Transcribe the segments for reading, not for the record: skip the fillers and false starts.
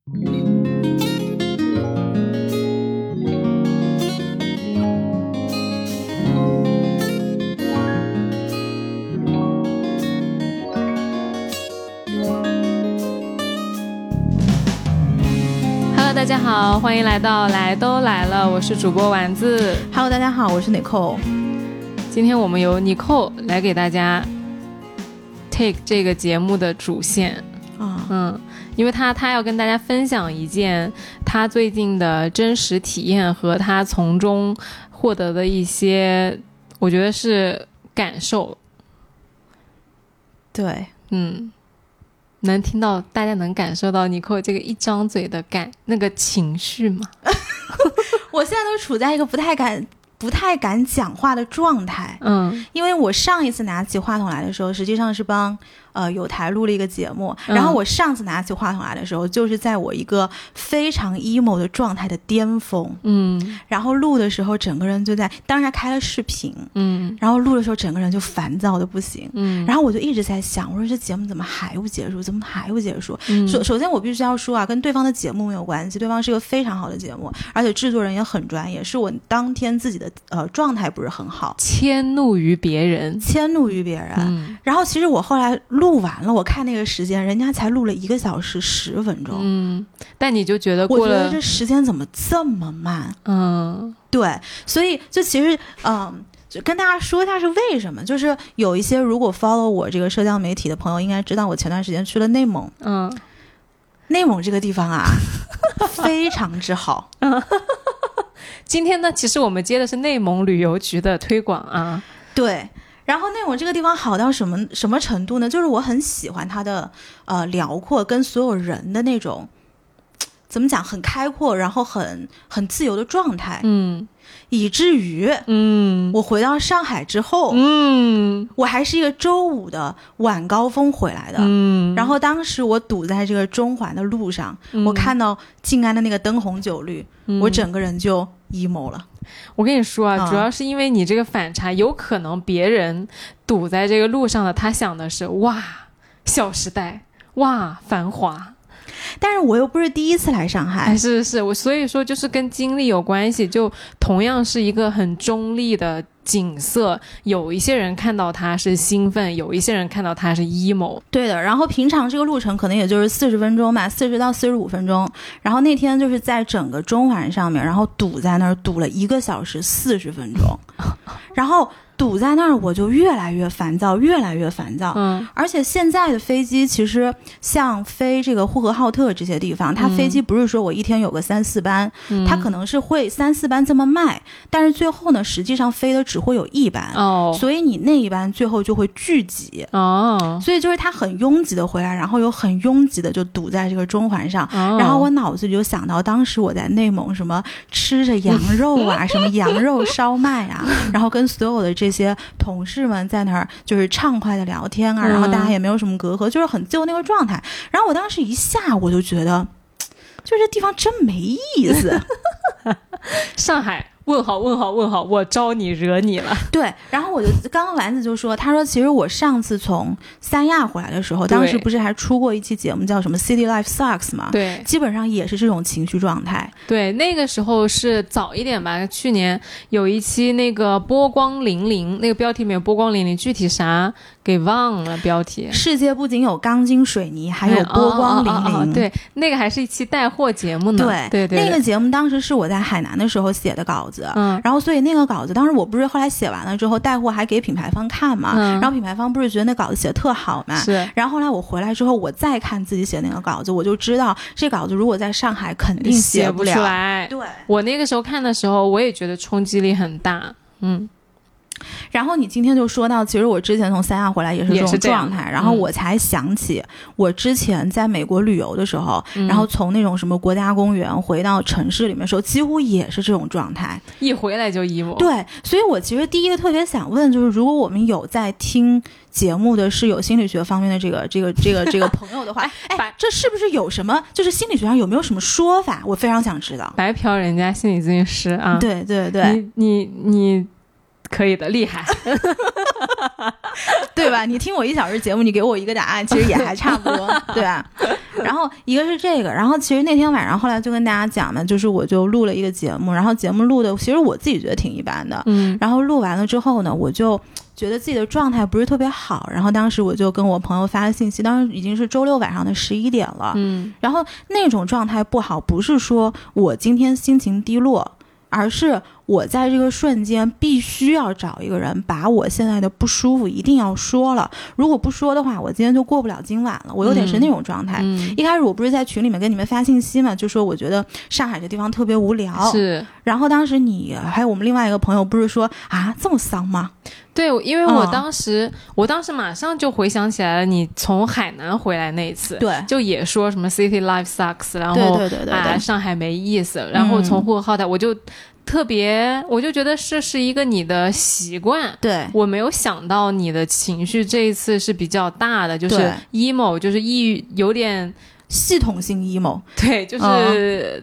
大家好，欢迎来到来都来了，我是主播丸子。 Hello， 大家好，我是 Nicole。 今天我们由 Nicole 来给大家 take 这个节目的主线因为他要跟大家分享一件他最近的真实体验和他从中获得的一些，我觉得是感受。 对， 能听到，大家能感受到尼寇这个一张嘴的那个情绪吗？ 我现在都处在一个不太敢讲话的状态。因为我上一次拿起话筒来的时候，实际上是帮有台录了一个节目，然后我上次拿起话筒来的时候，就是在我一个非常 emo 的状态的巅峰。然后录的时候整个人就在，当然开了视频，然后录的时候整个人就烦躁的不行。然后我就一直在想，我说这节目怎么还不结束，怎么还不结束？首先我必须要说啊，跟对方的节目没有关系，对方是一个非常好的节目，而且制作人也很专业，是我当天自己的状态不是很好， 迁怒于别人。 然后其实我后来录完了，我看那个时间，人家才录了1个小时10分钟。 但你就觉得过了， 我觉得这时间怎么这么慢？对，所以就其实就跟大家说一下是为什么，就是有一些如果 follow 我这个社交媒体的朋友应该知道，我前段时间去了内蒙。内蒙这个地方啊非常之好。 今天呢，其实我们接的是内蒙旅游局的推广啊。 对，然后内蒙这个地方好到什么程度呢？就是我很喜欢它的辽阔跟所有人的那种怎么讲，很开阔，然后很自由的状态。以至于我回到上海之后，我还是一个周五的晚高峰回来的。然后当时我堵在这个中环的路上，我看到静安的那个灯红酒绿，我整个人就 emo 了。 我跟你说啊，主要是因为你这个反差，有可能别人堵在这个路上的，他想的是哇小时代，哇繁华， 但是我又不是第一次来上海。 是我所以说就是跟经历有关系，就同样是一个很中立的景色，有一些人看到它是兴奋，有一些人看到它是 emo。 对的，然后平常这个路程可能也就是40分钟吧，40到45分钟，然后那天就是在整个中环上面，然后堵在那儿堵了1个小时40分钟然后堵在那儿我就越来越烦躁。而且现在的飞机其实像飞这个呼和浩特这些地方，它飞机不是说我一天有个3-4班，它可能是会3-4班这么卖，但是最后呢实际上飞的只会有1班，所以你那一班最后就会聚集，所以就是它很拥挤的回来，然后又很拥挤的就堵在这个中环上。然后我脑子里就想到当时我在内蒙什么吃着羊肉啊什么羊肉烧麦啊，然后跟所有的这些同事们在那儿就是畅快的聊天啊，然后大家也没有什么隔阂，就是很自由那个状态。然后我当时一下我就觉得就这地方真没意思上海问号，我招你惹你了。 对，然后我就刚刚丸子就说，他说其实我上次从三亚回来的时候，当时不是还出过一期节目叫什么 City Life Sucks 吗？ 对， 基本上也是这种情绪状态。 对，那个时候是早一点吧，去年有一期那个波光粼粼，那个标题没有波光粼粼，具体啥给忘了标题。 世界不仅有钢筋水泥，还有波光粼粼。 对，那个还是一期带货节目呢。对， 那个节目当时是我在海南的时候写的稿子。然后所以那个稿子当时我不是后来写完了之后带货还给品牌方看嘛，然后品牌方不是觉得那稿子写得特好嘛， 是。 然后后来我回来之后我再看自己写那个稿子，我就知道这稿子如果在上海肯定写不出来。 对， 我那个时候看的时候我也觉得冲击力很大。 然后你今天就说到，其实我之前从三亚回来也是这种状态，然后我才想起我之前在美国旅游的时候，然后从那种什么国家公园回到城市里面的时候，几乎也是这种状态， 一回来就 emo。 对，所以我其实第一个特别想问就是，如果我们有在听节目的是有心理学方面的这个朋友的话，这是不是有什么就是心理学上有没有什么说法？我非常想知道。 白嫖人家心理咨询师啊！ 对对对， 你可以的，厉害对吧？你听我1小时节目，你给我一个答案，其实也还差不多，对吧？然后一个是这个，然后其实那天晚上后来就跟大家讲嘛，就是我就录了一个节目，然后节目录的其实我自己觉得挺一般的，然后录完了之后呢，我就觉得自己的状态不是特别好，然后当时我就跟我朋友发了信息，当时已经是周六晚上的11点了，然后那种状态不好，不是说我今天心情低落，而是我在这个瞬间必须要找一个人把我现在的不舒服一定要说了，如果不说的话我今天就过不了今晚了，我有点是那种状态。一开始我不是在群里面跟你们发信息嘛，就说我觉得上海这地方特别无聊， 是， 然后当时你还有我们另外一个朋友不是说啊这么丧吗？ 对，因为我当时马上就回想起来了，你从海南回来那一次， 对， 就也说什么 City Life sucks， 然后对上海没意思，然后从呼和浩特我就觉得这是一个你的习惯， 对， 我没有想到你的情绪这一次是比较大的，就是 emo， 就是抑郁，有点系统性 emo， 对，就是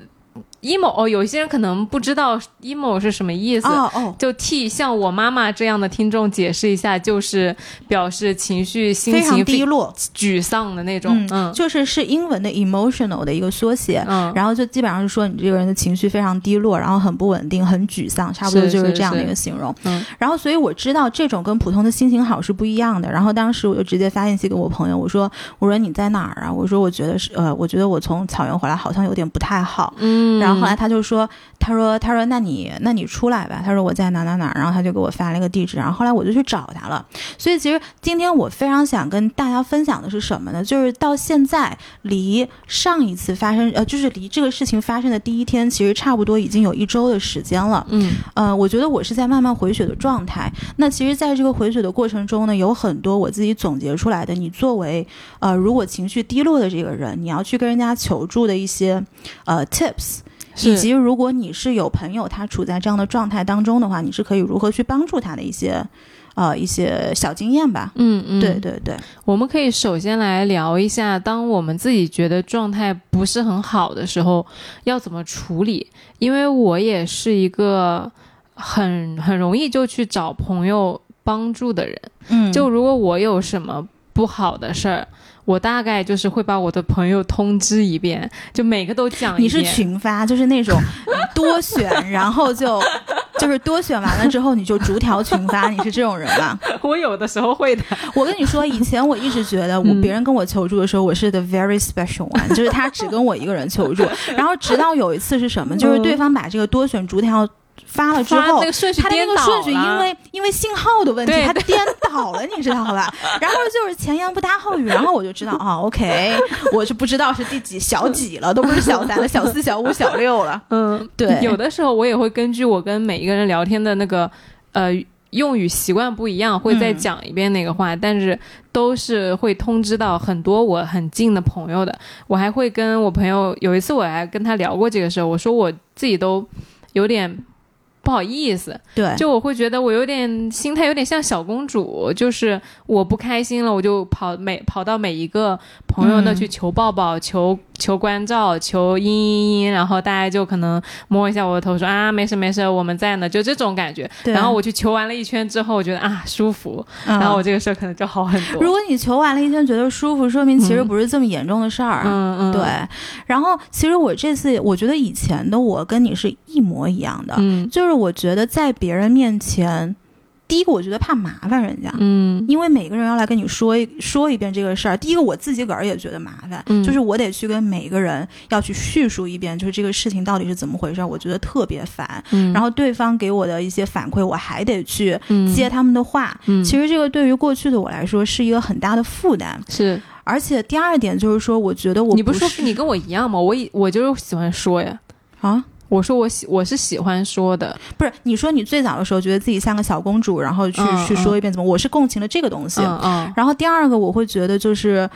emo 有一些人可能不知道 emo 是什么意思，就替像我妈妈这样的听众解释一下，就是表示情绪心情非常低落沮丧的那种， 就是英文的 emotional 的一个缩写，然后就基本上是说你这个人的情绪非常低落，然后很不稳定，很沮丧，差不多就是这样的一个形容。然后所以我知道这种跟普通的心情好是不一样的，然后当时我就直接发信息给我朋友，我说你在哪儿啊？我说我觉得我从草原回来好像有点不太好，然后后来他就说他说那你出来吧，他说我在哪，然后他就给我发了一个地址，然后后来我就去找他了。所以其实今天我非常想跟大家分享的是什么呢？就是到现在离上一次发生就是离这个事情发生的第一天其实差不多已经有1周的时间了。我觉得我是在慢慢回血的状态。那其实在这个回血的过程中呢，有很多我自己总结出来的，你作为如果情绪低落的这个人，你要去跟人家求助的一些tips，以及如果你是有朋友他处在这样的状态当中的话，你是可以如何去帮助他的一些小经验吧。对对对， 我们可以首先来聊一下，当我们自己觉得状态不是很好的时候要怎么处理。因为我也是一个很容易就去找朋友帮助的人，就如果我有什么不好的事儿，我大概就是会把我的朋友通知一遍，就每个都讲一遍。 你是群发，就是那种多选然后就是多选完了之后你就逐条群发，你是这种人吧？ 我有的时候会的。 我跟你说，以前我一直觉得别人跟我求助的时候，我是 the very special one，就是他只跟我一个人求助。然后直到有一次是什么，就是对方把这个多选逐条发了之后，他的那个顺序因为信号的问题他颠倒了，你知道吧？然后就是前言不搭后语，然后我就知道OK， 我是不知道是第几小几了，都不是小3了，小4小5小6了。对， 有的时候我也会根据我跟每一个人聊天的那个用语习惯不一样，会再讲一遍那个话，但是都是会通知到很多我很近的朋友的。我还会跟我朋友，有一次我还跟他聊过这个事儿，我说我自己都有点不好意思， 对， 就我会觉得我有点心态有点像小公主，就是我不开心了，我就跑到每一个朋友那去求抱抱，求关照，求嘤，然后大家就可能摸一下我的头说啊没事没事我们在呢，就这种感觉。然后我去求完了一圈之后，我觉得啊舒服，然后我这个事儿可能就好很多。 如果你求完了一圈觉得舒服，说明其实不是这么严重的事儿。对。然后其实我这次我觉得以前的我跟你是一模一样的，就是我觉得在别人面前，第一个我觉得怕麻烦人家，因为每个人要来跟你说一遍这个事儿。第一个我自己个儿也觉得麻烦，就是我得去跟每个人要去叙述一遍，就是这个事情到底是怎么回事，我觉得特别烦。然后对方给我的一些反馈，我还得去接他们的话。其实这个对于过去的我来说是一个很大的负担。 是， 而且第二点就是说，我觉得你不是说你跟我一样吗？我就是喜欢说呀。啊？我说我是喜欢说的。不是， 你说你最早的时候觉得自己像个小公主，然后去说一遍怎么，我是共情了这个东西。然后第二个我会觉得就是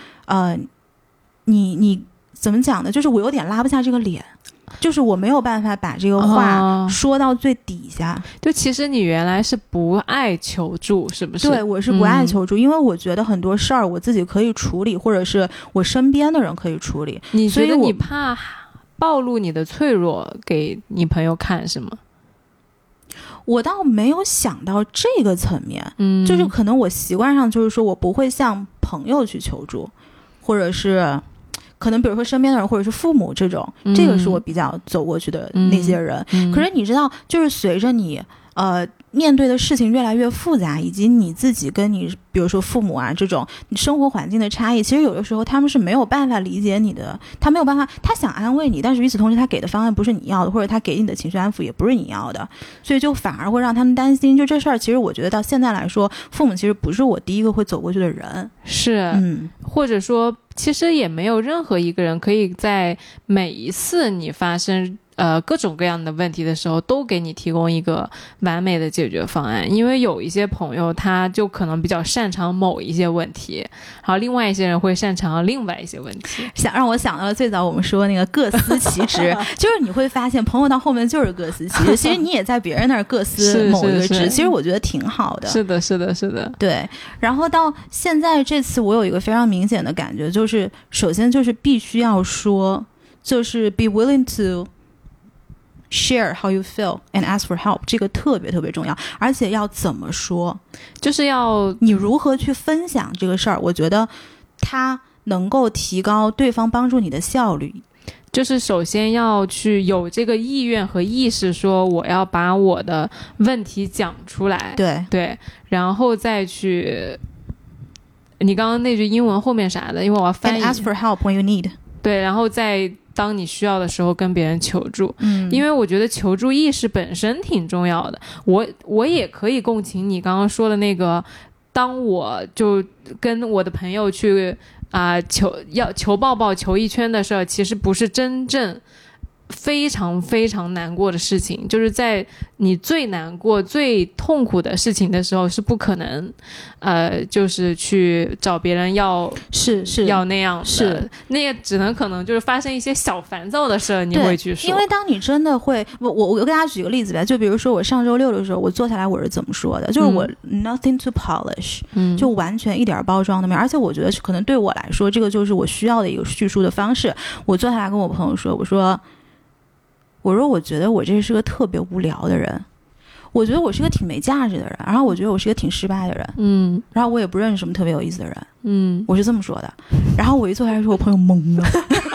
你怎么讲呢，就是我有点拉不下这个脸，就是我没有办法把这个话说到最底下。 就其实你原来是不爱求助，是不是？ 对，我是不爱求助，因为我觉得很多事儿我自己可以处理，或者是我身边的人可以处理。 你觉得你怕暴露你的脆弱给你朋友看是吗？ 我倒没有想到这个层面，就是可能我习惯上就是说我不会向朋友去求助，或者是可能比如说身边的人或者是父母这种，这个是我比较走过去的那些人。可是你知道，就是随着你面对的事情越来越复杂，以及你自己跟你比如说父母啊这种你生活环境的差异，其实有的时候他们是没有办法理解你的，他没有办法，他想安慰你，但是与此同时他给的方案不是你要的，或者他给你的情绪安抚也不是你要的，所以就反而会让他们担心。就这事儿其实我觉得到现在来说，父母其实不是我第一个会走过去的人， 是或者说其实也没有任何一个人可以在每一次你发生各种各样的问题的时候都给你提供一个完美的解决方案，因为有一些朋友他就可能比较擅长某一些问题，然后另外一些人会擅长另外一些问题。 让我想到了最早我们说那个各司其职就是你会发现朋友到后面就是各司其职其实你也在别人那儿各司某一个职，其实我觉得挺好的。 是的是的是的， 对。然后到现在这次我有一个非常明显的感觉，就是首先就是必须要说，就是 be willing to share how you feel and ask for help， 这个特别特别重要，而且要怎么说， 就是要你如何去分享这个事儿，我觉得它能够提高对方帮助你的效率。 就是首先要去有这个意愿和意识，说我要把我的问题讲出来，对，然后再去你刚刚那句英文后面啥的，因为我要翻译 and ask for help when you need， 对，然后再当你需要的时候跟别人求助，因为我觉得求助意识本身挺重要的。我也可以共情你刚刚说的那个，当我就跟我的朋友去求抱抱求一圈的事儿，其实不是真正非常非常难过的事情，就是在你最难过最痛苦的事情的时候是不可能就是去找别人要要那样的，是那个只能可能就是发生一些小烦躁的事儿你会去说。 因为当你真的会我跟大家举个例子吧，就比如说我上周六的时候我坐下来我是怎么说的，就是我 nothing to polish，就完全一点包装都没有，而且我觉得可能对我来说这个就是我需要的一个叙述的方式。我坐下来跟我朋友说，我说我觉得我这是个特别无聊的人，我觉得我是个挺没价值的人，然后我觉得我是个挺失败的人，然后我也不认识什么特别有意思的人，我是这么说的。然后我一坐下来说，我朋友懵了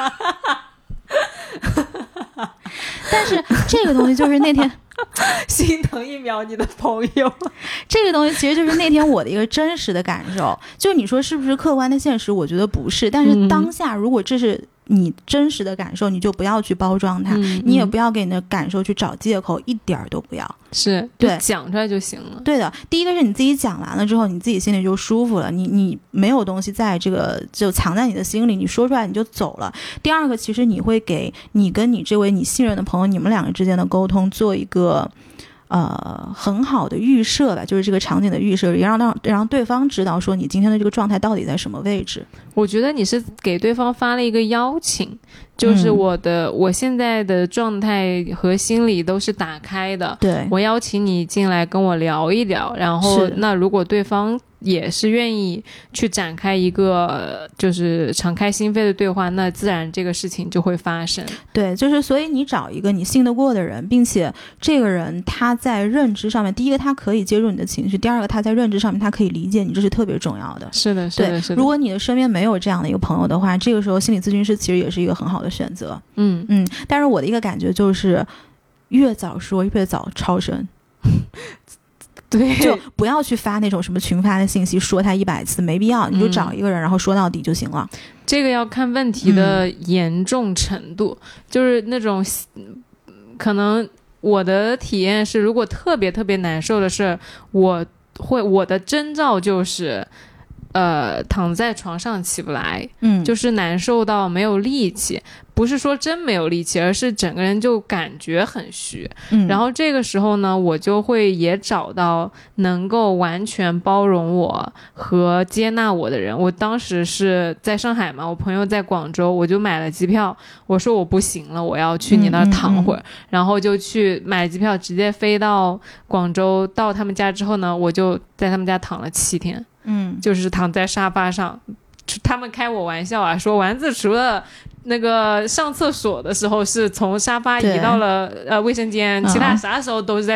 但是这个东西就是那天心疼一秒你的朋友这个东西其实就是那天我的一个真实的感受，就你说是不是客观的现实，我觉得不是，但是当下如果这是你真实的感受，你就不要去包装它，你也不要给你的感受去找借口，一点都不要， 是对，讲出来就行了。对的，第一个是你自己讲完了之后，你自己心里就舒服了，你没有东西在这个就藏在你的心里，你说出来你就走了。第二个，其实你会给你跟你这位你信任的朋友，你们两个之间的沟通做一个很好的预设吧，就是这个场景的预设，也让对方知道说你今天的这个状态到底在什么位置。 我觉得你是给对方发了一个邀请，就是我现在的状态和心理都是打开的， 对， 我邀请你进来跟我聊一聊，然后那如果对方也是愿意去展开一个就是敞开心扉的对话，那自然这个事情就会发生。 对，就是所以你找一个你信得过的人，并且这个人他在认知上面，第一个他可以接住你的情绪，第二个他在认知上面他可以理解你，这是特别重要的。 是的是的是的。 如果你的身边没有这样的一个朋友的话，这个时候心理咨询师其实也是一个很好的选择。但是我的一个感觉就是越早说越早超生对， 就不要去发那种什么群发的信息说他100次，没必要，你就找一个人然后说到底就行了。 这个要看问题的严重程度，就是那种可能我的体验是，如果特别特别难受的事，我的征兆就是躺在床上起不来，就是难受到没有力气，不是说真没有力气，而是整个人就感觉很虚。然后这个时候呢，我就会也找到能够完全包容我和接纳我的人。我当时是在上海嘛，我朋友在广州，我就买了机票，我说我不行了，我要去你那儿躺会儿，然后就去买机票直接飞到广州。到他们家之后呢，我就在他们家躺了7天，就是躺在沙发上。他们开我玩笑啊，说丸子除了那个上厕所的时候是从沙发移到了卫生间，其他啥时候都是在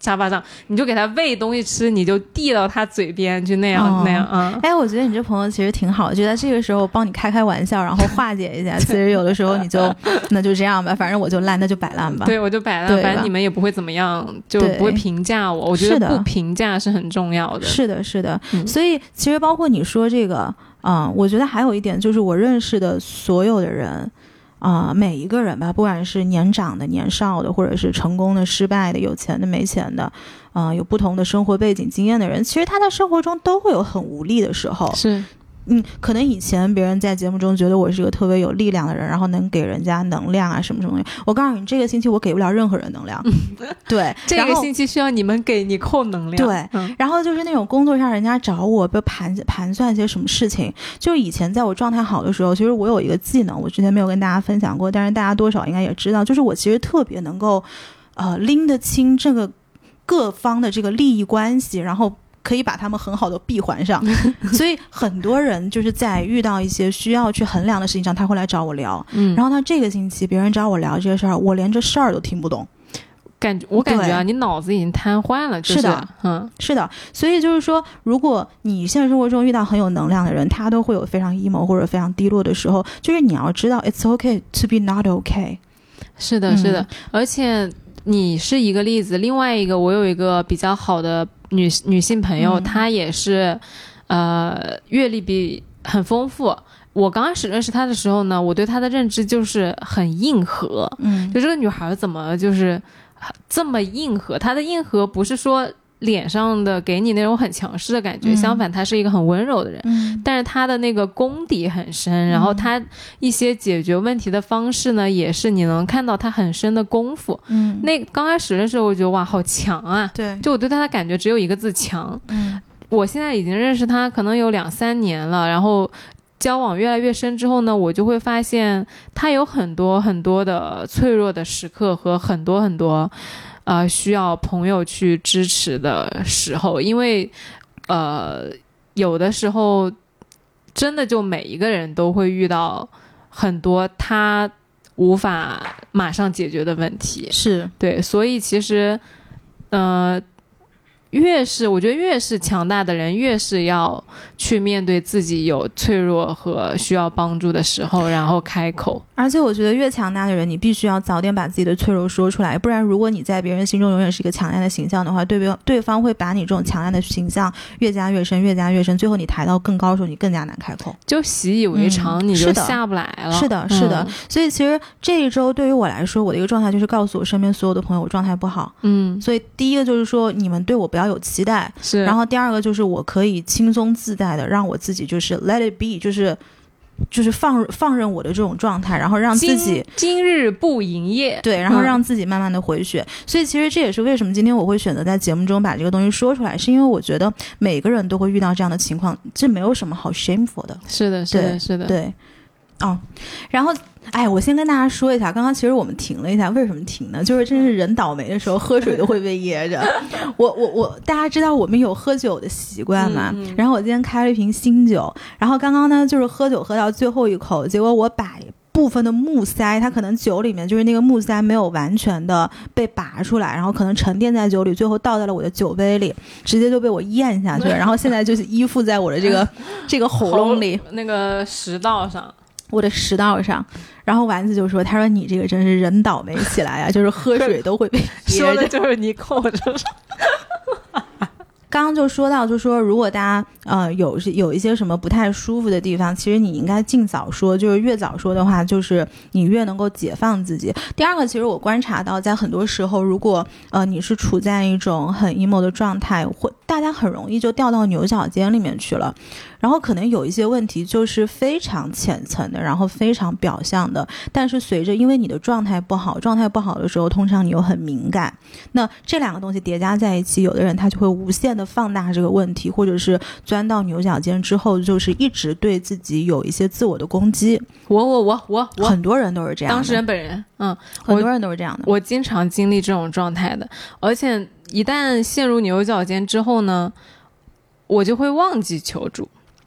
沙发上，你就给他喂东西吃，你就递到他嘴边去那样、那样啊。 哎，我觉得你这朋友其实挺好，就在这个时候帮你开玩笑，然后化解一下。其实有的时候你就那就这样吧，反正我就烂，那就摆烂吧。 对，我就摆烂，反正你们也不会怎么样，就不会评价我。我觉得不评价是很重要的。 是的，是的。所以其实包括你说这个，我觉得还有一点就是我认识的所有的人。每一个人吧，不管是年长的、年少的，或者是成功的、失败的、有钱的、没钱的，有不同的生活背景、经验的人，其实他在生活中都会有很无力的时候。 是。 可能以前别人在节目中觉得我是一个特别有力量的人，然后能给人家能量啊什么什么的。我告诉你，这个星期我给不了任何人能量。对， 这个星期需要你们给你扣能量。 对，然后就是那种工作上人家找我，比如盘算一些什么事情。就以前在我状态好的时候，其实我有一个技能，我之前没有跟大家分享过，但是大家多少应该也知道，就是我其实特别能够拎得清这个各方的这个利益关系，然后可以把他们很好的闭环上。所以很多人就是在遇到一些需要去衡量的事情上，他会来找我聊。然后他这个星期别人找我聊这些事儿，我连这事儿都听不懂。 我感觉啊，你脑子已经瘫痪了。 是的，是的。所以就是说，如果你现实生活中遇到很有能量的人，他都会有非常 emo 或者非常低落的时候，就是你要知道 it's okay to be not okay。 是的，是的。而且你是一个例子，另外一个我有一个比较好的女性朋友，她也是阅历很丰富。我刚开始认识她的时候呢，我对她的认知就是很硬核。就这个女孩怎么就是这么硬核？她的硬核不是说脸上的给你那种很强势的感觉，相反她是一个很温柔的人。但是她的那个功底很深，然后她一些解决问题的方式呢，也是你能看到她很深的功夫。那刚开始的时候我觉得哇好强啊。 对， 就我对她的感觉只有一个字强。我现在已经认识她可能有2-3年了，然后交往越来越深之后呢，我就会发现她有很多很多的脆弱的时刻和很多很多需要朋友去支持的时候。因为有的时候真的就每一个人都会遇到很多他无法马上解决的问题。 是， 对，所以其实我觉得越是强大的人，越是要去面对自己有脆弱和需要帮助的时候，然后开口。 而且我觉得越强大的人，你必须要早点把自己的脆弱说出来，不然如果你在别人心中永远是一个强大的形象的话，对方会把你这种强大的形象越加越深，越加越深，最后你抬到更高的时候，你更加难开口， 就习以为常，你就下不来了。 是的，是的。所以其实这一周对于我来说，我的一个状态就是告诉我身边所有的朋友我状态不好。所以第一个就是说，你们对我不要有期待。 是。 然后第二个就是我可以轻松自在的让我自己就是 let it be， 就是放任我的这种状态，然后让自己今日不营业。 对，然后让自己慢慢的回血。所以其实这也是为什么今天我会选择在节目中把这个东西说出来，是因为我觉得每个人都会遇到这样的情况，这没有什么好 shameful 的。 是的，是的，是的。 对。然后我先跟大家说一下，刚刚其实我们停了一下，为什么停呢？就是真是人倒霉的时候喝水都会被噎着。大家知道我们有喝酒的习惯嘛？然后我今天开了一瓶新酒，然后刚刚呢就是喝酒喝到最后一口，结果我把部分的木塞，它可能酒里面就是那个木塞没有完全的被拔出来，然后可能沉淀在酒里，最后倒在了我的酒杯里，直接就被我咽下去了。然后现在就是依附在我的这个喉咙里， 那个食道上。 我的食道上。然后丸子就说，他说你这个真是人倒霉起来啊，就是喝水都会被噎着。 说的就是你扣着。 刚刚就说到，就说如果大家有一些什么不太舒服的地方，其实你应该尽早说，就是越早说的话，就是你越能够解放自己。第二个，其实我观察到，在很多时候，如果你是处在一种很 emo 的状态，大家很容易就掉到牛角尖里面去了。然后可能有一些问题就是非常浅层的，然后非常表象的，但是因为你的状态不好的时候，通常你又很敏感，那这两个东西叠加在一起，有的人他就会无限的放大这个问题，或者是钻到牛角尖之后，就是一直对自己有一些自我的攻击。 我很多人都是这样的， 当事人本人， 很多人都是这样的。 我经常经历这种状态的，而且一旦陷入牛角尖之后呢，我就会忘记求助。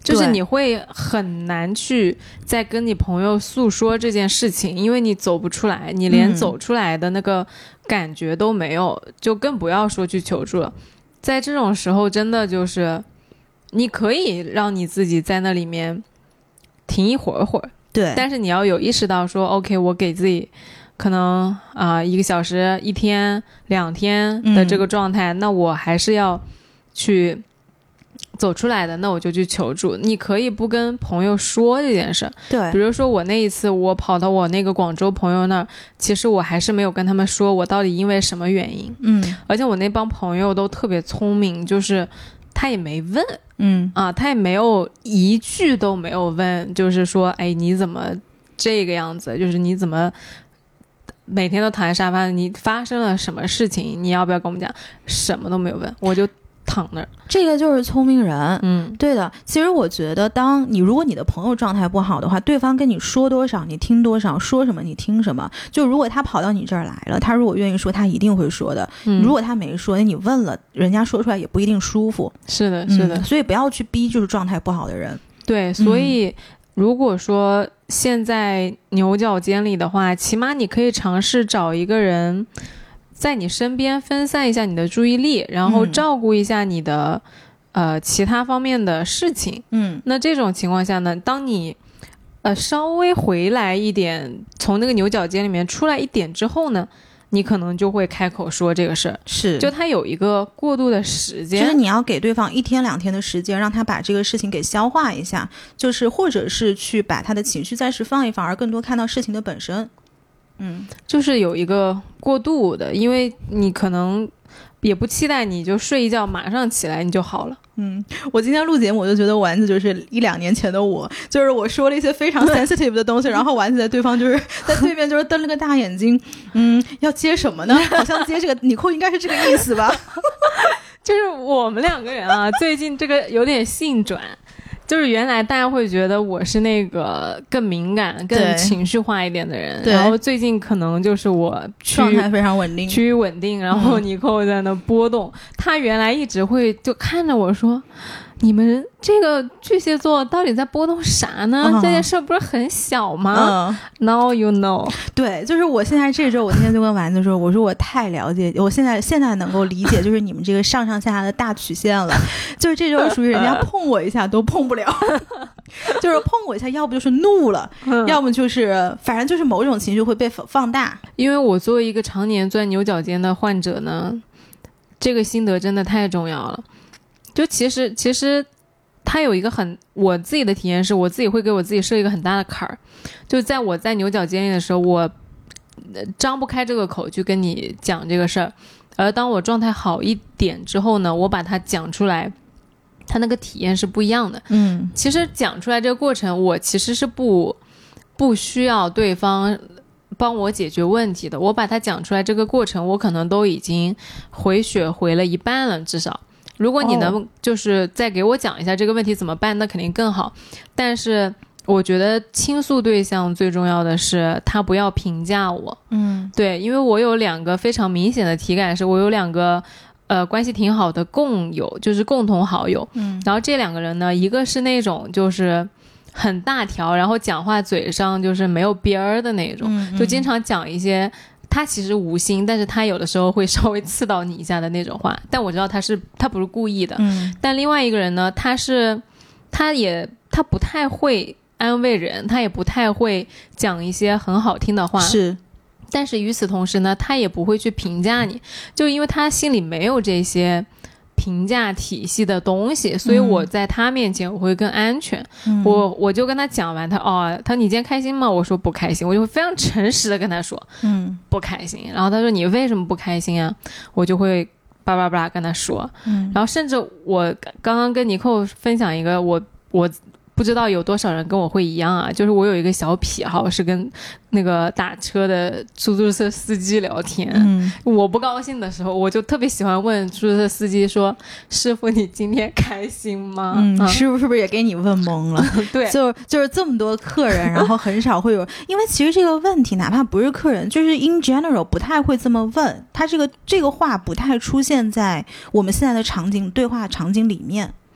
就是你会很难去再跟你朋友诉说这件事情，因为你走不出来，你连走出来的那个感觉都没有，就更不要说去求助了。在这种时候真的就是你可以让你自己在那里面停一会儿， 对， 但是你要有意识到说 OK 我给自己可能1个小时1天2天的这个状态，那我还是要去走出来的，那我就去求助。你可以不跟朋友说这件事， 对， 比如说我那一次我跑到我那个广州朋友那儿，其实我还是没有跟他们说我到底因为什么原因，而且我那帮朋友都特别聪明，就是他也没问，他也没有一句都没有问，就是说哎你怎么这个样子，就是你怎么每天都躺在沙发，你发生了什么事情，你要不要跟我们讲，什么都没有问，我就躺那儿。 这个就是聪明人，对的。其实我觉得如果你的朋友状态不好的话，对方跟你说多少你听多少，说什么你听什么，就如果他跑到你这儿来了，他如果愿意说他一定会说的，如果他没说你问了人家说出来也不一定舒服。 是的， 所以不要去逼就是状态不好的人。 对，所以如果说现在牛角尖里的话，起码你可以尝试找一个人在你身边分散一下你的注意力，然后照顾一下你的其他方面的事情。那这种情况下呢，当你稍微回来一点，从那个牛角尖里面出来一点之后呢，你可能就会开口说这个事儿。 是， 就他有一个过渡的时间， 就是你要给对方1天2天的时间，让他把这个事情给消化一下，就是或者是去把他的情绪暂时放一放，而更多看到事情的本身。 就是有一个过渡的，因为你可能也不期待你就睡一觉马上起来你就好了。 我今天录节目我就觉得丸子就是1-2年前的我，就是我说了一些非常 sensitive 的东西，然后丸子在对方就是在对面就是瞪了个大眼睛，要接什么呢？好像接这个你扣应该是这个意思吧。 就是我们2个人啊，最近这个有点性转。就是原来大家会觉得我是那个更敏感更情绪化一点的人，然后最近可能就是我状态非常稳定， 趋于稳定，然后尼寇在那波动。他原来一直会就看着我说，你们这个巨蟹座到底在波动啥呢？这件事不是很小吗？Now you know。 对，就是我现在这周，我今天就跟丸子说，我说我太了解，我现在能够理解，就是你们这个上上下下的大曲线了。就是这周属于人家碰我一下都碰不了，就是碰我一下，要不就是怒了，要么就是反正就是某种情绪会被放大。 因为我作为一个常年钻牛角尖的患者呢，这个心得真的太重要了。就其实他有一个我自己的体验是，我自己会给我自己设一个很大的坎儿，就在我在牛角尖里的时候，我张不开这个口去跟你讲这个事儿，而当我状态好一点之后呢，我把它讲出来，它那个体验是不一样的。其实讲出来这个过程，我其实是不需要对方帮我解决问题的，我把它讲出来这个过程，我可能都已经回血回了一半了，至少。如果你能就是再给我讲一下这个问题怎么办，那肯定更好。但是我觉得倾诉对象最重要的是他不要评价我。对，因为我有2个非常明显的体感，是我有2个关系挺好的共友，就是共同好友。然后这2个人呢，一个是那种就是很大条，然后讲话嘴上就是没有边儿的那种，就经常讲一些他其实无心，但是他有的时候会稍微刺到你一下的那种话，但我知道他不是故意的。但另外一个人呢，他不太会安慰人，他也不太会讲一些很好听的话， 是， 但是与此同时呢，他也不会去评价你，就因为他心里没有这些评价体系的东西，所以我在他面前我会更安全。我就跟他讲完，他你今天开心吗？我说不开心，我就会非常诚实的跟他说不开心。然后他说你为什么不开心啊？我就会叭叭叭跟他说。然后甚至我刚刚跟尼寇分享一个我不知道有多少人跟我会一样啊，就是我有一个小癖好，是跟那个打车的出租车司机聊天。我不高兴的时候，我就特别喜欢问出租车司机说，师傅你今天开心吗？ 师傅是不是也给你问懵了？ 对， 就是这么多客人，然后很少会有，因为其实这个问题哪怕不是客人，就是 in general 不太会这么问，他这个话不太出现在我们现在的对话场景里面。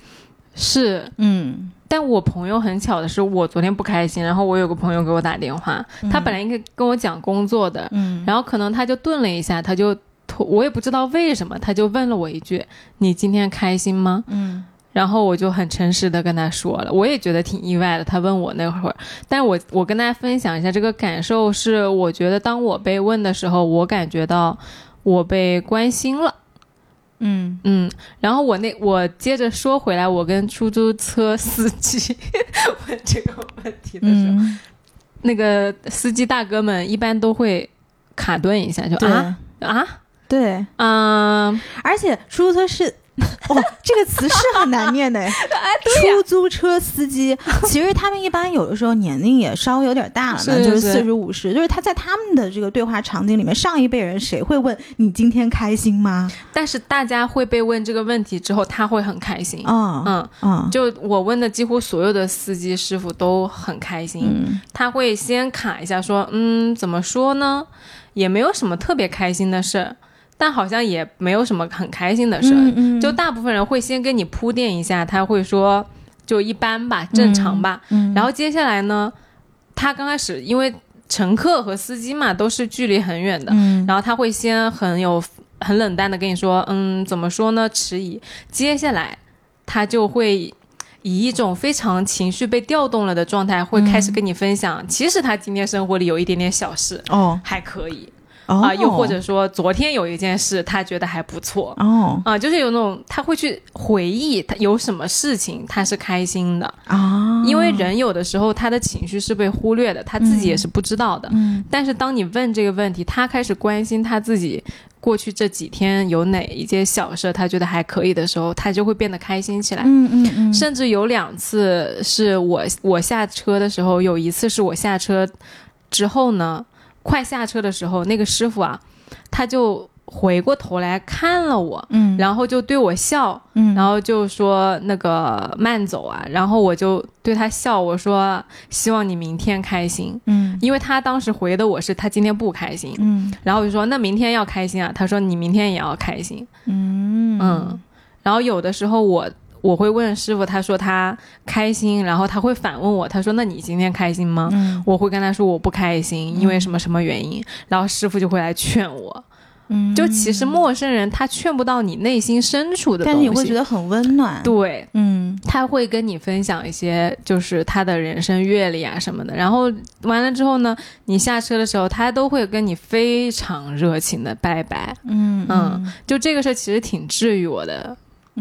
是，但我朋友很巧的是，我昨天不开心，然后我有个朋友给我打电话，他本来应该跟我讲工作的，然后可能他就顿了一下，我也不知道为什么，他就问了我一句：“你今天开心吗？”然后我就很诚实的跟他说了，我也觉得挺意外的，他问我那会儿，但我跟大家分享一下这个感受是，我觉得当我被问的时候，我感觉到我被关心了。然后我接着说回来，我跟出租车司机问这个问题的时候，那个司机大哥们一般都会卡顿一下，就对，而且出租车是。这个词是很难念的出租车司机其实他们一般有的时候年龄也稍微有点大了嘛，就是40、50，就是他在他们的这个对话场景里面，上一辈人谁会问你今天开心吗？ 但是大家会被问这个问题之后，他会很开心。就我问的几乎所有的司机师傅都很开心，他会先卡一下说，怎么说呢，也没有什么特别开心的事，但好像也没有什么很开心的事，就大部分人会先跟你铺垫一下，他会说就一般吧，正常吧，然后接下来呢，他刚开始因为乘客和司机嘛都是距离很远的，然后他会先很冷淡的跟你说，怎么说呢，迟疑，接下来他就会以一种非常情绪被调动了的状态，会开始跟你分享，其实他今天生活里有一点点小事，还可以。又或者说昨天有一件事他觉得还不错，就是有那种他会去回忆他有什么事情他是开心的，因为人有的时候他的情绪是被忽略的，他自己也是不知道的，但是当你问这个问题，他开始关心他自己过去这几天有哪一件小事他觉得还可以的时候，他就会变得开心起来。甚至有2次是我下车的时候，有一次是我下车之后呢，快下车的时候，那个师傅啊，他就回过头来看了我，然后就对我笑，然后就说那个慢走啊，然后我就对他笑，我说希望你明天开心，因为他当时回的我是他今天不开心，然后我就说那明天要开心啊，他说你明天也要开心，然后有的时候我会问师傅，他说他开心，然后他会反问我，他说那你今天开心吗？我会跟他说我不开心，因为什么什么原因，然后师傅就会来劝我。就其实陌生人他劝不到你内心深处的东西， 但是你会觉得很温暖。 对，他会跟你分享一些就是他的人生阅历啊什么的，然后完了之后呢，你下车的时候他都会跟你非常热情的拜拜。就这个事其实挺治愈我的。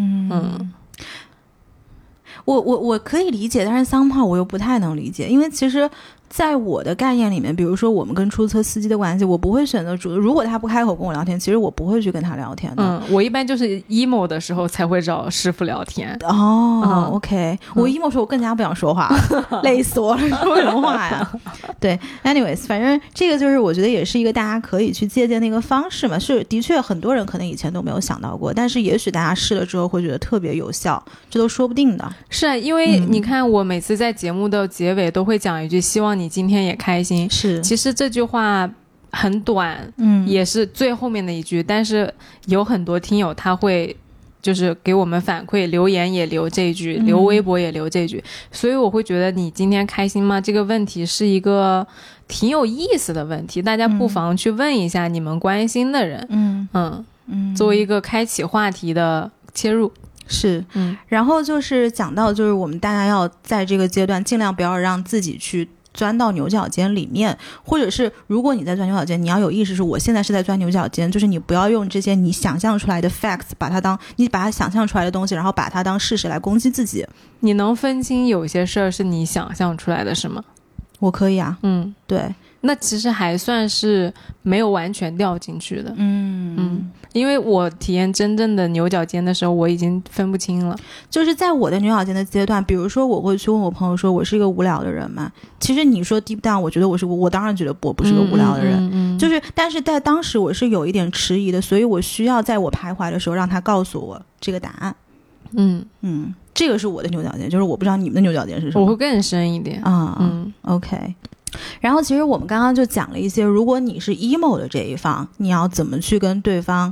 我可以理解，但是somehow我又不太能理解，因为其实在我的概念里面，比如说我们跟出租车司机的关系，我不会选择主动，如果他不开口跟我聊天，其实我不会去跟他聊天的。 我一般就是 emo 的时候才会找师傅聊天。 OK， 我 emo 的时候我更加不想说话，累死我了，说什么话呀？对 ，anyways， 反正这个就是我觉得也是一个大家可以去借鉴的一个方式嘛。是的确很多人可能以前都没有想到过，但是也许大家试了之后会觉得特别有效，这都说不定的。 是啊，因为你看我每次在节目的结尾都会讲一句希望你今天也开心， 是， 其实这句话很短，也是最后面的一句，但是有很多听友他会就是给我们反馈，留言也留这句，留微博也留这句，所以我会觉得你今天开心吗这个问题是一个挺有意思的问题，大家不妨去问一下你们关心的人，作为一个开启话题的切入。 是，然后就是讲到就是我们大家要在这个阶段尽量不要让自己去钻到牛角尖里面，或者是如果你在钻牛角尖，你要有意识是我现在是在钻牛角尖，就是你不要用这些你想象出来的 facts 把它想象出来的东西，然后把它当事实来攻击自己。 你能分清有些事儿是你想象出来的是吗？ 我可以啊，对， 那其实还算是没有完全掉进去的。因为我体验真正的牛角尖的时候我已经分不清了， 就是在我的牛角尖的阶段，比如说我会去问我朋友说我是一个无聊的人嘛，其实你说 deep down 我觉得我当然觉得我不是个无聊的人，就是但是在当时我是有一点迟疑的，所以我需要在我徘徊的时候让他告诉我这个答案。这个是我的牛角尖，就是我不知道你们的牛角尖是什么。 我会更深一点 OK。然后其实我们刚刚就讲了一些，如果你是 emo 的这一方，你要怎么去跟对方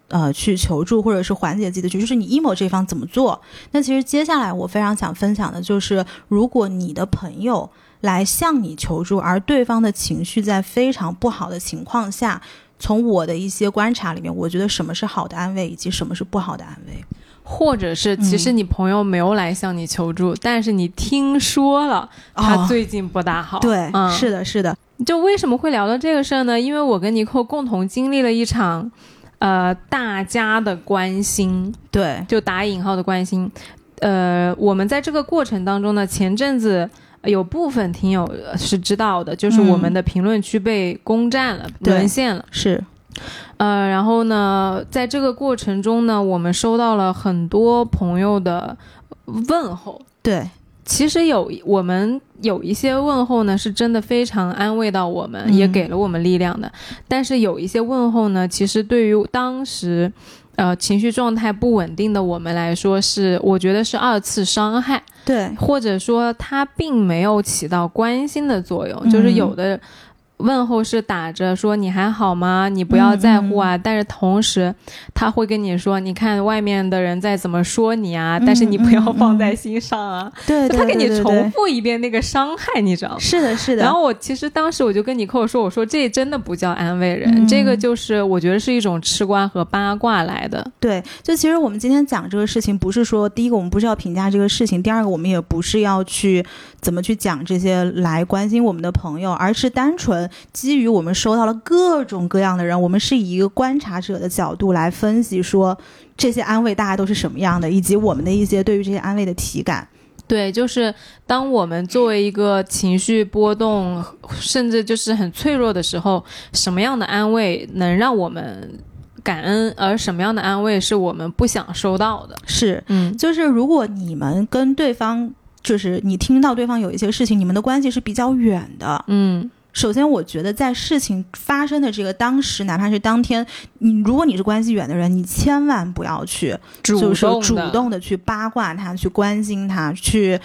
去求助或者是缓解自己的情绪，就是你 emo 这方怎么做。那其实接下来我非常想分享的就是，如果你的朋友来向你求助，而对方的情绪在非常不好的情况下，从我的一些观察里面，我觉得什么是好的安慰，以及什么是不好的安慰。 或者是其实你朋友没有来向你求助，但是你听说了他最近不大好。 对，是的是的。 就为什么会聊到这个事儿呢？因为我跟尼寇共同经历了一场大家的关心， 对， 就打引号的关心。我们在这个过程当中呢，前阵子有部分听友是知道的，就是我们的评论区被攻占了，沦陷了。 是。 然后呢，在这个过程中呢，我们收到了很多朋友的问候。 对， 其实我们有一些问候呢，是真的非常安慰到我们，也给了我们力量的。但是有一些问候呢，其实对于当时情绪状态不稳定的我们来说，我觉得是二次伤害。 对， 或者说它并没有起到关心的作用，就是有的问候是打着说你还好吗，你不要在乎啊，但是同时他会跟你说，你看外面的人在怎么说你啊，但是你不要放在心上啊。 对， 他给你重复一遍那个伤害，你知道吗？ 是的是的。 然后其实当时我就跟尼寇说，我说这真的不叫安慰人，这个就是我觉得是一种吃瓜和八卦来的。 对，就其实我们今天讲这个事情，不是说第一个我们不是要评价这个事情，第二个我们也不是要去怎么去讲这些来关心我们的朋友，而是单纯基于我们收到了各种各样的人，我们是以一个观察者的角度来分析说这些安慰大概都是什么样的，以及我们的一些对于这些安慰的体感。 对，就是当我们作为一个情绪波动甚至就是很脆弱的时候，什么样的安慰能让我们感恩，而什么样的安慰是我们不想收到的。 是，就是如果你们跟对方，就是你听到对方有一些事情，你们的关系是比较远的，首先我觉得在事情发生的这个当时，哪怕是当天，如果你是关系远的人，你千万不要去主动的去八卦他，去关心他，去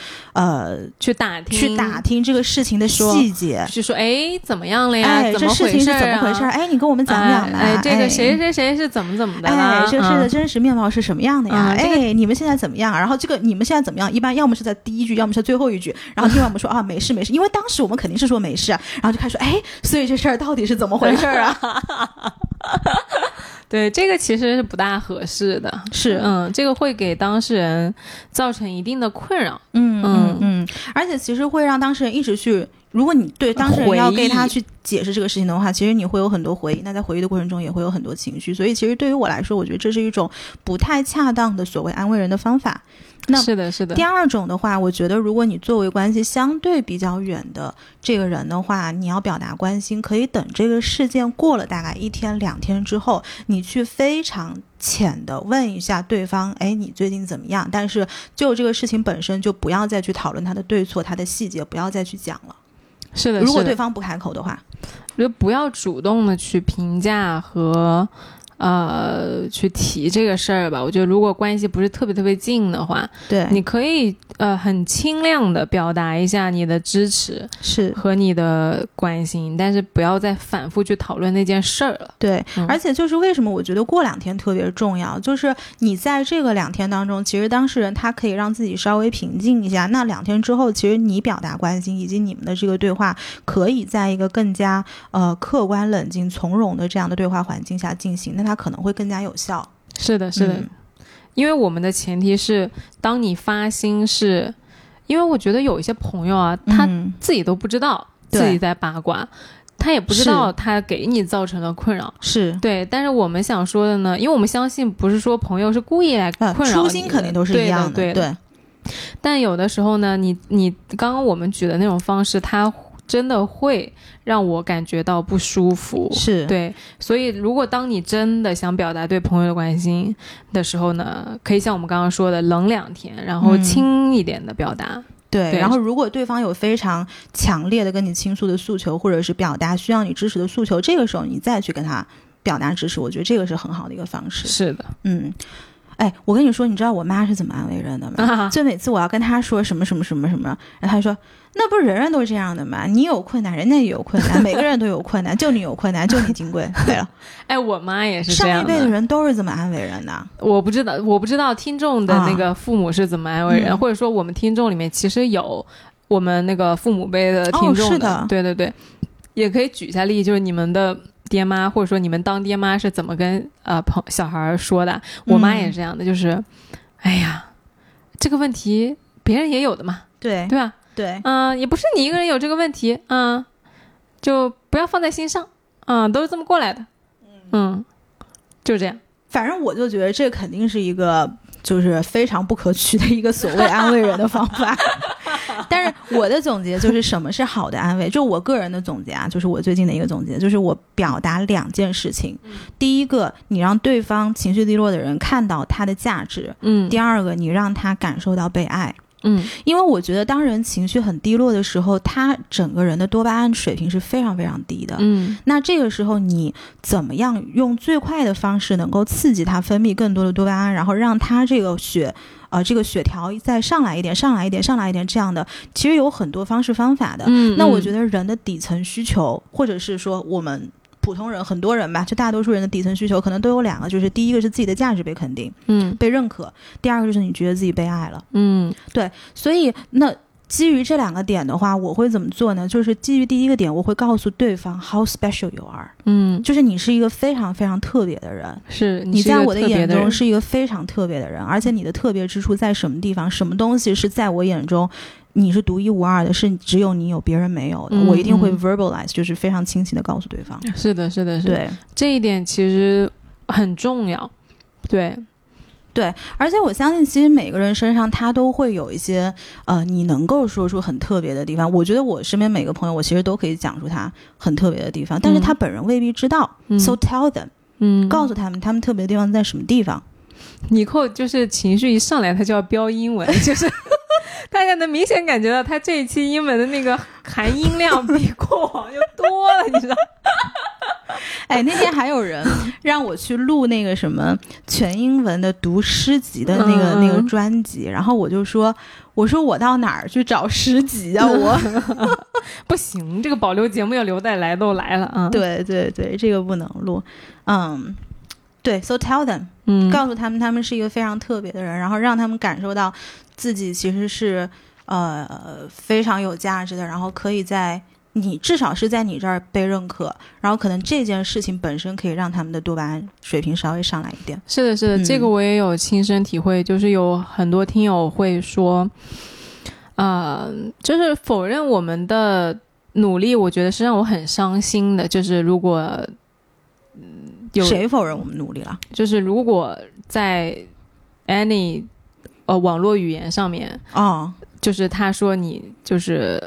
打听这个事情的细节， 去说怎么样了呀， 这事情是怎么回事，你跟我们讲讲啦， 这个谁谁谁是怎么的啦， 这个事的真实面貌是什么样的呀，你们现在怎么样，然后这个你们现在怎么样，一般要么是在第一句，要么是最后一句，然后听完我们说没事没事，因为当时我们肯定是说没事，然后就开始说所以这事儿到底是怎么回事啊？ 对，这个其实是不大合适的， 是这个会给当事人造成一定的困扰， 而且其实会让当事人一直去，如果你对当事人要给他去解释这个事情的话，其实你会有很多回忆，那在回忆的过程中也会有很多情绪，所以其实对于我来说，我觉得这是一种不太恰当的所谓安慰人的方法。那是的是的。 第二种的话，我觉得如果你作为关系相对比较远的这个人的话，你要表达关心，可以等这个事件过了大概1天2天之后，你去非常浅的问一下对方，你最近怎么样，但是就这个事情本身就不要再去讨论它的对错，它的细节不要再去讲了。 是的， 如果对方不开口的话， 就不要主动的去评价和去提这个事儿吧。我觉得如果关系不是特别特别近的话， 对， 你可以很轻量的表达一下你的支持是和你的关心，但是不要再反复去讨论那件事儿了。 对，而且就是为什么我觉得过2天特别重要，就是你在这个2天当中，其实当事人他可以让自己稍微平静一下，那2天之后，其实你表达关心以及你们的这个对话可以在一个更加客观冷静从容的这样的对话环境下进行，那它可能会更加有效。 是的是的，因为我们的前提是当你发心是，因为我觉得有一些朋友啊，他自己都不知道自己在八卦，他也不知道他给你造成了困扰， 是对。 但是我们想说的呢，因为我们相信不是说朋友是故意来困扰你的， 初心肯定都是一样的，对。 但有的时候呢，你刚刚我们举的那种方式，它真的会让我感觉到不舒服， 是对。所以如果当你真的想表达对朋友的关心的时候呢，可以像我们刚刚说的冷2天，然后轻一点的表达， 对。然后如果对方有非常强烈的跟你倾诉的诉求，或者是表达需要你支持的诉求，这个时候你再去跟他表达支持，我觉得这个是很好的一个方式。 是的， 哎，我跟你说，你知道我妈是怎么安慰人的吗？就每次我要跟她说什么什么什么什么，然后她说那不是人人都这样的吗？你有困难人家也有困难，每个人都有困难，就你有困难，就你金贵对了。 哎，我妈也是这样的， 上一辈的人都是这么安慰人的。 我不知道听众的那个父母是怎么安慰人，或者说我们听众里面其实有我们那个父母辈的听众的， 是的， 对对对，也可以举一下例，就是你们的爹妈或者说你们当爹妈是怎么跟小孩说的。我妈也是这样的，就是哎呀这个问题别人也有的嘛， 对吧？ 对， 也不是你一个人有这个问题，就不要放在心上，都是这么过来的，就这样。 反正我就觉得这肯定是一个就是非常不可取的一个所谓安慰人的方法。但是我的总结就是什么是好的安慰，就我个人的总结啊，就是我最近的一个总结，就是我表达2件事情。第一个，你让对方情绪低落的人看到他的价值。第二个，你让他感受到被爱。因为我觉得当人情绪很低落的时候，他整个人的多巴胺水平是非常非常低的。那这个时候你怎么样用最快的方式能够刺激他分泌更多的多巴胺，然后让他这个血条再上来一点这样的，其实有很多方式方法的。那我觉得人的底层需求，或者是说我们普通人很多人吧，就大多数人的底层需求可能都有2个，就是第一个是自己的价值被肯定，被认可，第二个就是你觉得自己被爱了。对，所以那基于这2个点的话，我会怎么做呢？就是基于第一个点，我会告诉对方 how special you are。就是你是一个非常非常特别的人， 是你在我的眼中是一个非常特别的人，而且你的特别之处在什么地方，什么东西是在我眼中你是独一无二的，是只有你有别人没有的。我一定会 verbalize，就是非常清晰的告诉对方。 是的是的， 对， 这一点其实很重要。对， 而且我相信其实每个人身上他都会有一些你能够说出很特别的地方。我觉得我身边每个朋友我其实都可以讲出他很特别的地方，但是他本人未必知道。So tell them，告诉他们特别的地方在什么地方。 尼寇就是情绪一上来他就要飙英文，就是大家能明显感觉到他这一期英文的那个含音量比过往又多了，你知道。 哎，那天还有人让我去录那个什么全英文的读诗集的那个专辑，然后我说我到哪儿去找诗集啊？我不行，这个保留节目要留在来都来了。 对对对，这个不能录。对 ，so tell them，告诉他们是一个非常特别的人，然后让他们感受到自己其实是非常有价值的，然后可以在你至少是在你这儿被认可，然后可能这件事情本身可以让他们的多巴胺水平稍微上来一点。 是的是的，这个我也有亲身体会，就是有很多听友会说就是否认我们的努力，我觉得是让我很伤心的。就是如果谁否认我们努力了？就是如果在 any 网络语言上面就是他说你就是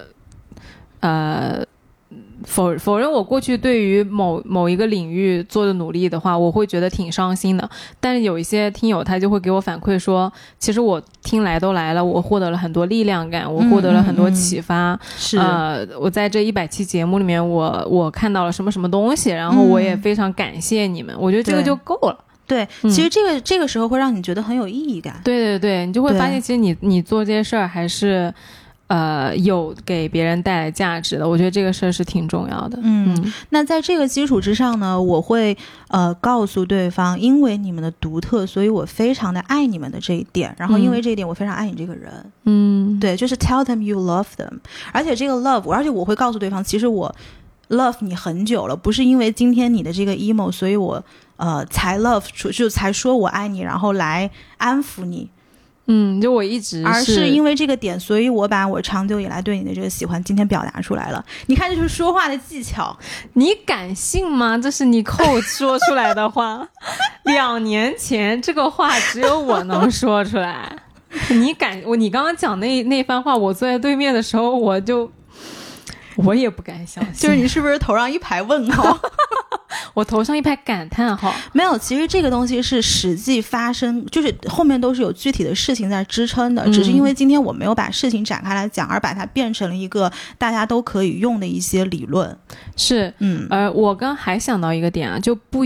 否认我过去对于某一个领域做的努力的话，我会觉得挺伤心的。但是有一些听友他就会给我反馈说，其实我听来都来了，我获得了很多力量感，我获得了很多启发。 是我在这100期节目里面我看到了什么什么东西，然后我也非常感谢你们。我觉得这个就够了。 对，其实这个时候会让你觉得很有意义感。 对对对，你就会发现其实你做这些事儿还是有给别人带来价值的。我觉得这个事儿是挺重要的。 那在这个基础之上呢，我会告诉对方，因为你们的独特，所以我非常的爱你们的这一点，然后因为这一点我非常爱你这个人。对，就是 tell them you love them。 而且这个 love， 而且我会告诉对方，其实我 love 你很久了，不是因为今天你的这个 emo 所以我才 love 就才说我爱你，然后来安抚你。 就我一直而是因为这个点，所以我把我长久以来对你的这个喜欢今天表达出来了。你看，这就是说话的技巧。 你敢信吗？这是尼寇说出来的话。2年前这个话只有我能说出来。你刚刚讲那番话，我坐在对面的时候，我也不敢相信。 就是你是不是头上一排问号？ 我头上一排感叹号。 没有，其实这个东西是实际发生，就是后面都是有具体的事情在支撑的，只是因为今天我没有把事情展开来讲，而把它变成了一个大家都可以用的一些理论。 是，我刚还想到一个点啊，就不一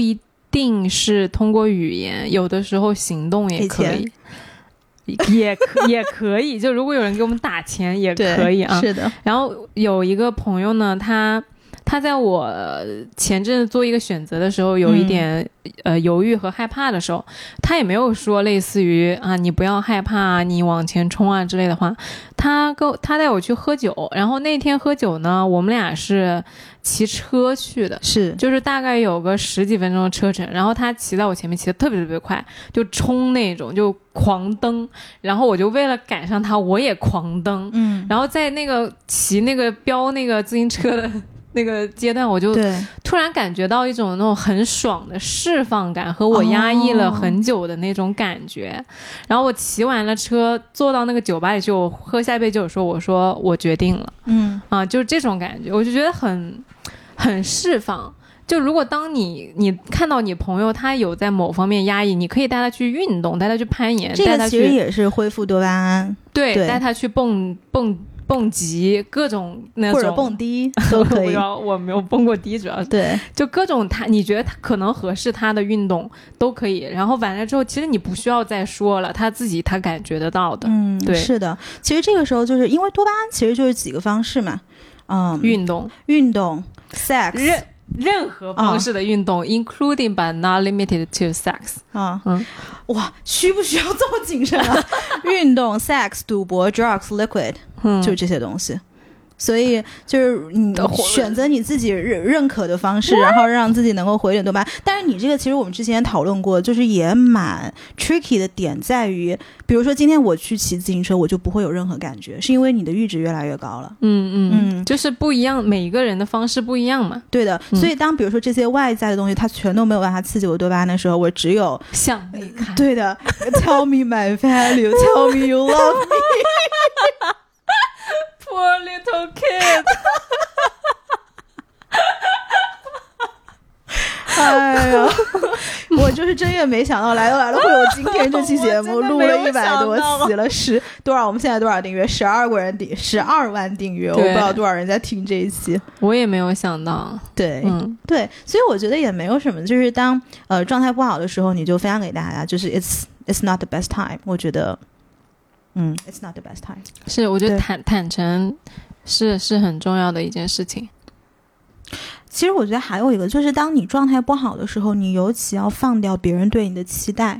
定是通过语言，有的时候行动也可以，也可以。就如果有人给我们打钱也可以啊。 是的。 然后有一个朋友呢，他在我前阵子做一个选择的时候，有一点犹豫和害怕的时候，他也没有说类似于啊你不要害怕，你往前冲啊之类的话。他带我去喝酒，然后那天喝酒呢，我们俩是骑车去的，就是大概有个10几分钟的车程，然后他骑在我前面，骑得特别特别快，就冲那种，就狂蹬，然后我就为了赶上他，我也狂蹬，然后在那个骑那个飙那个自行车的那个阶段，我就突然感觉到一种那种很爽的释放感和我压抑了很久的那种感觉。然后我骑完了车坐到那个酒吧里去，我喝下一杯酒的时候，我说我决定了，就是这种感觉，我就觉得很释放。就如果当你看到你朋友他有在某方面压抑，你可以带他去运动，带他去攀岩， 这个其实也是恢复多巴胺。 对，带他去蹦极，各种那种或者蹦迪都可以。 我没有蹦过迪，主要是对， 就各种你觉得他可能合适他的运动都可以。然后完了之后，其实你不需要再说了，他自己他感觉得到的。对， 是的。其实这个时候就是因为多巴胺其实就是几个方式嘛，运动 ，sex。 任何方式的运动，including but not limited to sex。 哇，需不需要这么谨慎啊？运动、sex、赌博、drugs、liquid，就是这些东西。所以就是你选择你自己认可的方式，然后让自己能够回点多巴胺。但是你这个其实我们之前讨论过，就是也蛮 tricky 的点在于，比如说今天我去骑自行车，我就不会有任何感觉，是因为你的阈值越来越高了。 就是不一样，每一个人的方式不一样嘛。 对的，所以当比如说这些外在的东西它全都没有办法刺激我多巴胺的时候，我只有向内看。 对的，Tell me my value, tell me you love me Poor little kid 哎呀，我就是真也没想到来了会有今天这期节目录了100多期了，多少？我们现在多少订阅？12万订阅，我不知道多少人在听这一期。 我也没有想到。 对，对，所以我觉得也没有什么，就是当状态不好的时候，你就分享给大家，就是 it's not the best time。我觉得it's not the best time。 是，我觉得坦诚是很重要的一件事情。 其实我觉得还有一个，就是当你状态不好的时候，你尤其要放掉别人对你的期待。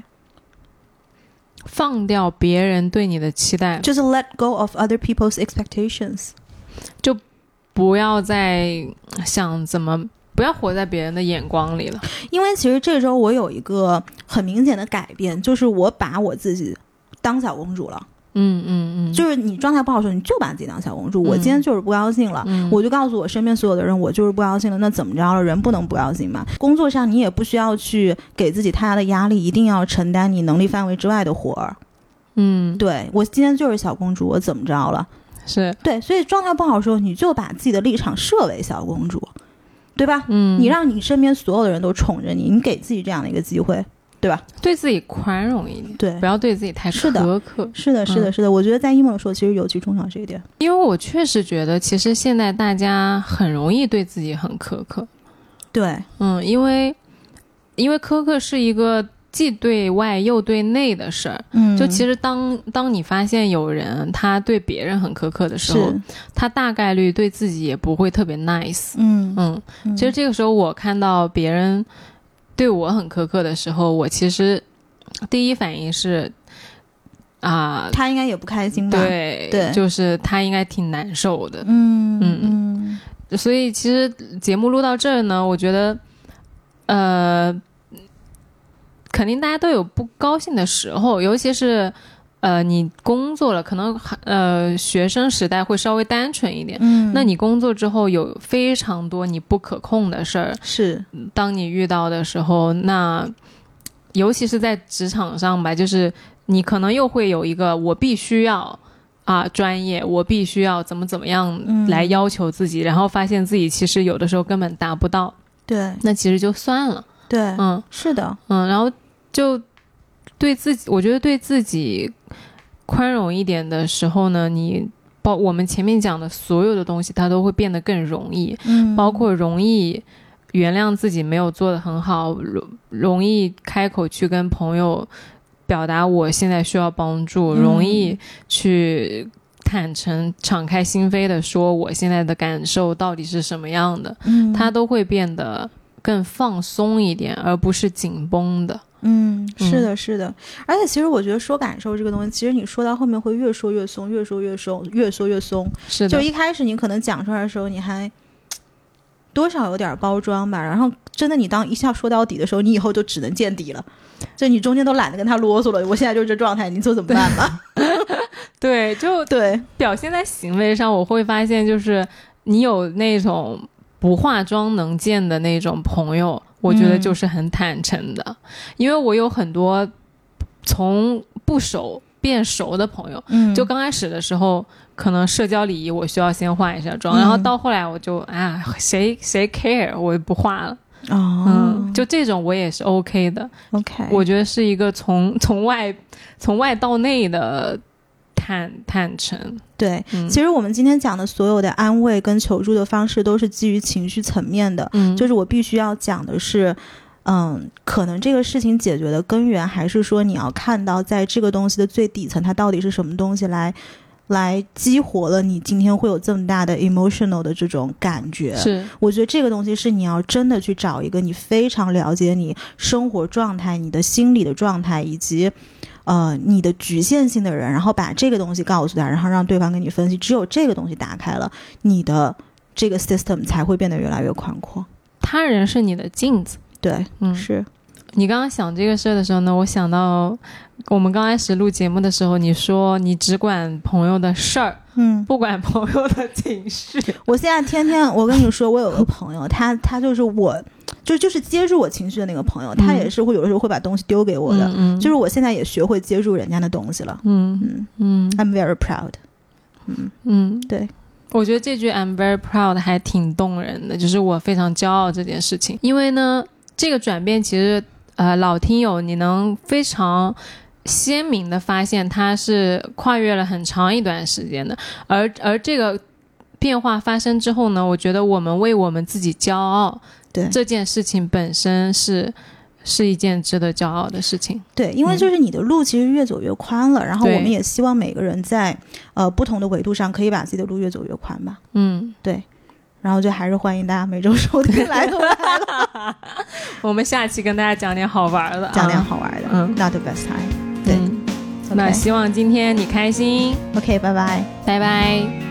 放掉别人对你的期待， 就是 let go of other people's expectations。 就不要再想不要活在别人的眼光里了。 因为其实这周我有一个很明显的改变，就是我把我自己当小公主了。就是你状态不好的时候，你就把自己当小公主。我今天就是不高兴了，我就告诉我身边所有的人，我就是不高兴了。那怎么着了？人不能不高兴嘛。工作上你也不需要去给自己太大的压力，一定要承担你能力范围之外的活儿。对，我今天就是小公主，我怎么着了？ 是对，所以状态不好的时候，你就把自己的立场设为小公主，对吧？你让你身边所有的人都宠着你，你给自己这样的一个机会。对吧？ 对自己宽容一点， 对， 不要对自己太苛刻。 是的，我觉得在emo的时候其实尤其重要这一点。 因为我确实觉得其实现在大家很容易对自己很苛刻。 对， 因为苛刻是一个既对外又对内的事儿。就其实当你发现有人他对别人很苛刻的时候，他大概率对自己也不会特别 nice。其实这个时候我看到别人对我很苛刻的时候，我其实第一反应是他应该也不开心吧？ 对，就是他应该挺难受的。所以其实节目录到这儿呢，我觉得肯定大家都有不高兴的时候，尤其是你工作了，可能学生时代会稍微单纯一点。那你工作之后有非常多你不可控的事儿， 是当你遇到的时候，那尤其是在职场上吧，就是你可能又会有一个我必须要专业，我必须要怎么样来要求自己，然后发现自己其实有的时候根本达不到。 对， 那其实就算了。 对，是的， 然后就对自己，我觉得对自己宽容一点的时候呢，我们前面讲的所有的东西它都会变得更容易。包括容易原谅自己没有做得很好，容易开口去跟朋友表达我现在需要帮助，容易去坦诚敞开心扉的说我现在的感受到底是什么样的，他都会变得更放松一点，而不是紧绷的。 是的是的。而且其实我觉得说感受这个东西，其实你说到后面会越说越松，越说越松，越说越松。 是的， 就一开始你可能讲出来的时候你还多少有点包装吧，然后真的你当一下说到底的时候，你以后就只能见底了，就你中间都懒得跟他啰嗦了，我现在就是这状态，你说怎么办吧？ 对，就对， 表现在行为上我会发现，就是你有那种不化妆能见的那种朋友，我觉得就是很坦诚的。因为我有很多从不熟变熟的朋友，就刚开始的时候可能社交礼仪我需要先化一下妆，然后到后来我就谁 care 我也不化了。就这种我也是 OK 的。我觉得是一个从外到内的坦诚。 对，其实我们今天讲的所有的安慰跟求助的方式都是基于情绪层面的，就是我必须要讲的是可能这个事情解决的根源，还是说你要看到在这个东西的最底层它到底是什么东西来激活了你今天会有这么大的 emotional 的这种感觉。 是， 我觉得这个东西是你要真的去找一个你非常了解你生活状态、你的心理的状态以及你的局限性的人，然后把这个东西告诉他，然后让对方跟你分析，只有这个东西打开了，你的这个 system 才会变得越来越宽阔。 他人是你的镜子。 对，是。 你刚刚想这个事的时候呢，我想到我们刚开始录节目的时候，你说你只管朋友的事儿，不管朋友的情绪。 我现在天天，我跟你说，我有个朋友，他就是我就是接住我情绪的那个朋友，他也是会有的时候会把东西丢给我的，就是我现在也学会接住人家的东西了。I'm very proud。对， 我觉得这句 I'm very proud 还挺动人的，就是我非常骄傲这件事情。因为呢，这个转变其实老听友你能非常鲜明的发现它是跨越了很长一段时间的，而这个变化发生之后呢，我觉得我们为我们自己骄傲，对这件事情本身是一件值得骄傲的事情。 对，因为就是你的路其实越走越宽了，然后我们也希望每个人在不同的维度上可以把自己的路越走越宽吧。对，然后就还是欢迎大家每周收听来都来了。 我们下期跟大家讲点好玩的， 讲点好玩的，Not the best time。对， 那希望今天你开心。 OK， 拜拜， 拜拜。